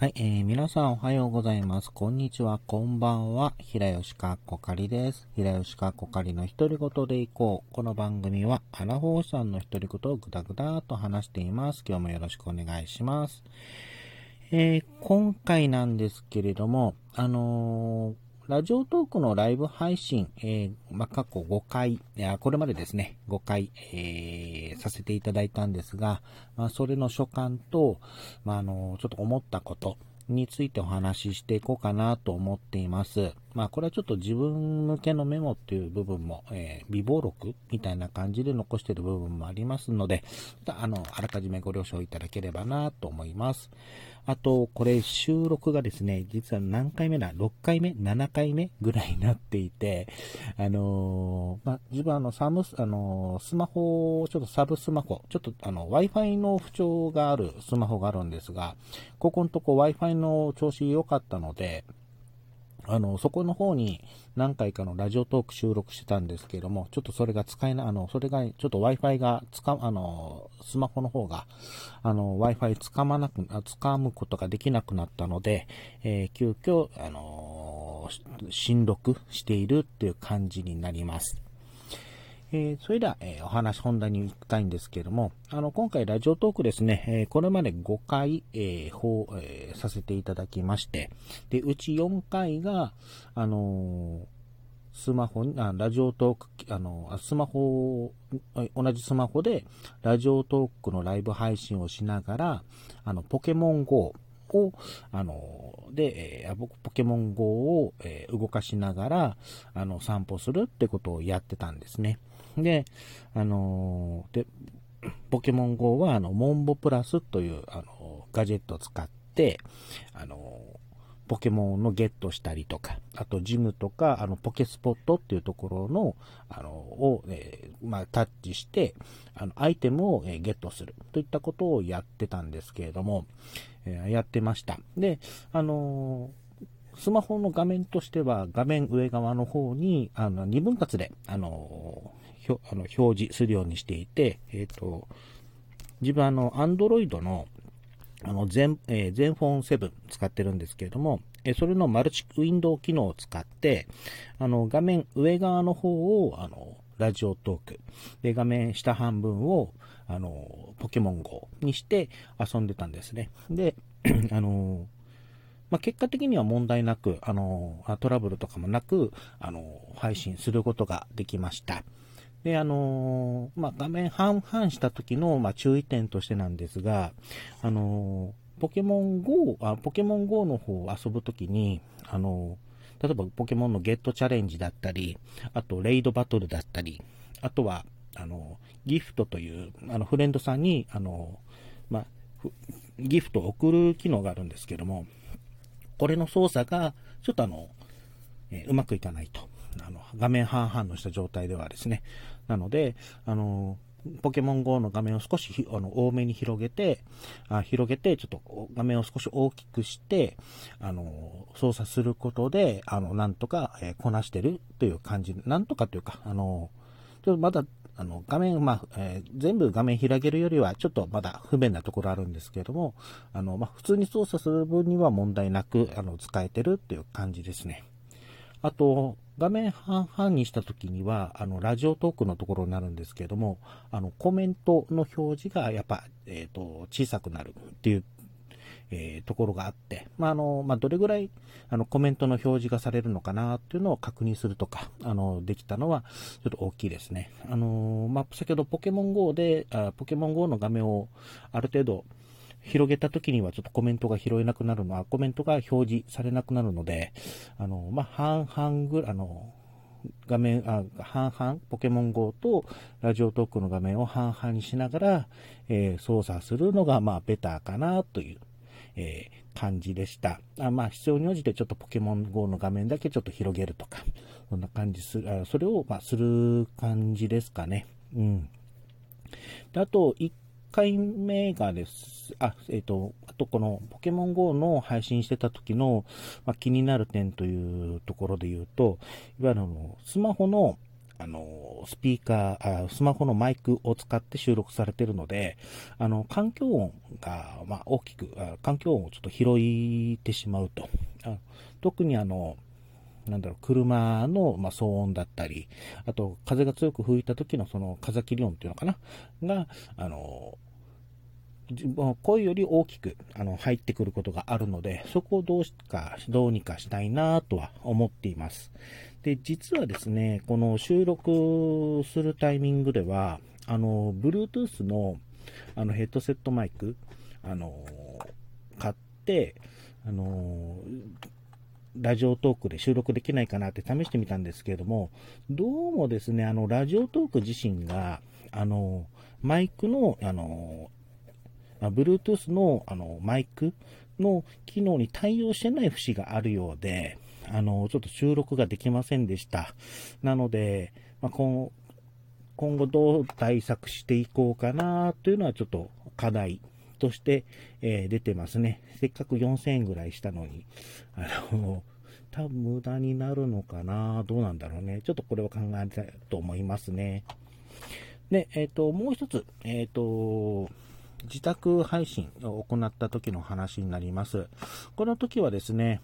はい、皆さんおはようございます。こんにちは、こんばんは。平吉かっこかりです。平吉かっこかりの独り言でいこう。この番組は、アラフォーさんの独り言をぐだぐだと話しています。今日もよろしくお願いします。今回なんですけれども、ラジオトークのライブ配信、過去5回、これまでですね、5回、させていただいたんですが、それの所感と、ちょっと思ったことについてお話ししていこうかなと思っています。これはちょっと自分向けのメモっていう部分も、微暴録みたいな感じで残している部分もありますので、あらかじめご了承いただければなと思います。あと、これ収録がですね、実は何回目だ ?6 回目 ?7 回目ぐらいになっていて、自分スマホ、ちょっとサブスマホ、ちょっとWi-Fi の不調があるスマホがあるんですが、ここのとこ Wi-Fi の調子良かったので、そこの方に何回かのラジオトーク収録してたんですけども、ちょっとそれが使えない、それが、ちょっと Wi-Fi がスマホの方が、Wi-Fi 掴むことができなくなったので、急遽、新録しているっていう感じになります。それでは、本題に行きたいんですけれども、今回ラジオトークですね、これまで5回、させていただきまして、で、うち4回が、スマホに、ラジオトーク、スマホ、同じスマホで、ラジオトークのライブ配信をしながら、ポケモン GO を、ポケモン GO を、動かしながら、散歩するってことをやってたんですね。で、ポケモン GO は、モンボプラスという、ガジェットを使って、ポケモンのゲットしたりとか、あとジムとか、ポケスポットっていうところの、タッチして、アイテムを、ゲットするといったことをやってたんですけれども、やってました。で、スマホの画面としては、画面上側の方に、2分割で、表示するようにしていて、自分Android の、全フォン7使ってるんですけれども、それのマルチウィンドウ機能を使って、画面上側の方を、ラジオトーク。で、画面下半分を、ポケモン GO にして遊んでたんですね。で、結果的には問題なく、トラブルとかもなく、配信することができました。で、画面半々した時の、注意点としてなんですが、ポケモン GO の方を遊ぶときに、例えばポケモンのゲットチャレンジだったり、あとレイドバトルだったり、あとは、ギフトという、フレンドさんに、ギフトを送る機能があるんですけども、これの操作が、ちょっとうまくいかないと。画面半々のした状態ではですね。なので、ポケモン GO の画面を少し多めに広げて、ちょっと画面を少し大きくして、操作することで、なんとか、こなしてるという感じ、なんとかというか、ちょっとまだ、画面、全部画面広げるよりは、ちょっとまだ不便なところあるんですけれども、普通に操作する分には問題なく、使えてるっていう感じですね。あと、画面半々にしたときには、ラジオトークのところになるんですけれども、コメントの表示がやっぱ、小さくなるっていう、ところがあって、どれぐらい、コメントの表示がされるのかなっていうのを確認するとか、できたのは、ちょっと大きいですね。先ほどポケモン GO で、ポケモン GO の画面をある程度、広げた時にはちょっとコメントが拾えなくなるのは、コメントが表示されなくなるので、半々ぐらい、半々、ポケモン GO とラジオトークの画面を半々にしながら、操作するのが、ベターかなという、感じでした。必要に応じてちょっとポケモン GO の画面だけちょっと広げるとか、そんな感じそれを、する感じですかね。うん。であと、1回目がです。あとこのポケモン GO の配信してた時の、気になる点というところで言うと、いわゆるスマホの、 スピーカー、スマホのマイクを使って収録されているので、環境音が、大きく、環境音をちょっと拾いてしまうと。特に車の、騒音だったり、あと、風が強く吹いた時のその風切り音っていうのかなが、声より大きく入ってくることがあるので、そこをどうにかしたいなとは思っています。で、実はですね、この収録するタイミングでは、Bluetooth のヘッドセットマイク、買って、ラジオトークで収録できないかなって試してみたんですけれども、どうもですね、ラジオトーク自身が、マイクの、Bluetooth の、マイクの機能に対応してない節があるようで、ちょっと収録ができませんでした。なので、今後どう対策していこうかなというのはちょっと課題として、出てますね。せっかく4000円ぐらいしたのに、多分無駄になるのかな、どうなんだろうね。ちょっとこれは考えたいと思いますね。で、もう一つ、自宅配信を行った時の話になります。この時はですね、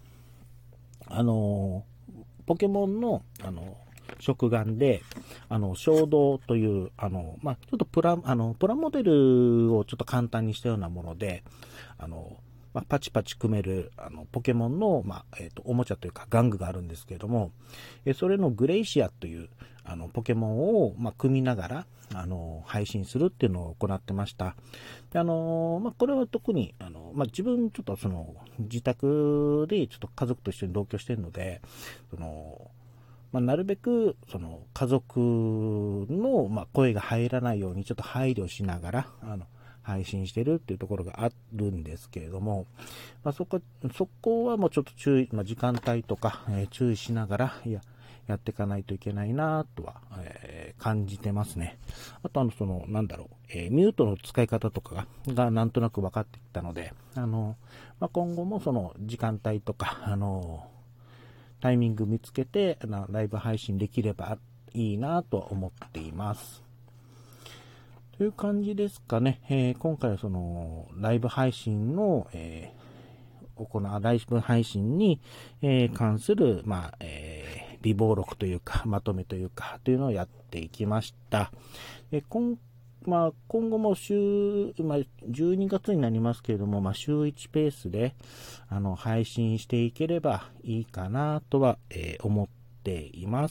ポケモンの、食玩で、衝動という、ちょっとプラモデルをちょっと簡単にしたようなもので、パチパチ組める、ポケモンの、おもちゃというか玩具があるんですけれども、それのグレイシアという、ポケモンを、組みながら、配信するっていうのを行ってました。でこれは特に、自分ちょっと自宅でちょっと家族と一緒に同居してるので、なるべく、家族の、声が入らないようにちょっと配慮しながら、配信してるっていうところがあるんですけれども、そこはもうちょっと時間帯とか、注意しながら、やっていかないといけないなとは、感じてますね。あとミュートの使い方とかがなんとなく分かってきたので、今後もその時間帯とか、タイミング見つけて、ライブ配信できればいいなと思っています。という感じですかね。今回はその、ライブ配信の、ライブ配信に、関する、備忘録というか、まとめというか、というのをやっていきました。今後も12月になりますけれども、週1ペースで、配信していければいいかなとは、思っています。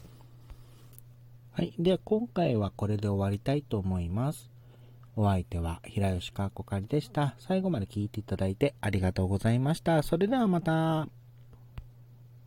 はい。では、今回はこれで終わりたいと思います。お相手は平吉かこかりでした。最後まで聞いていただいてありがとうございました。それではまた。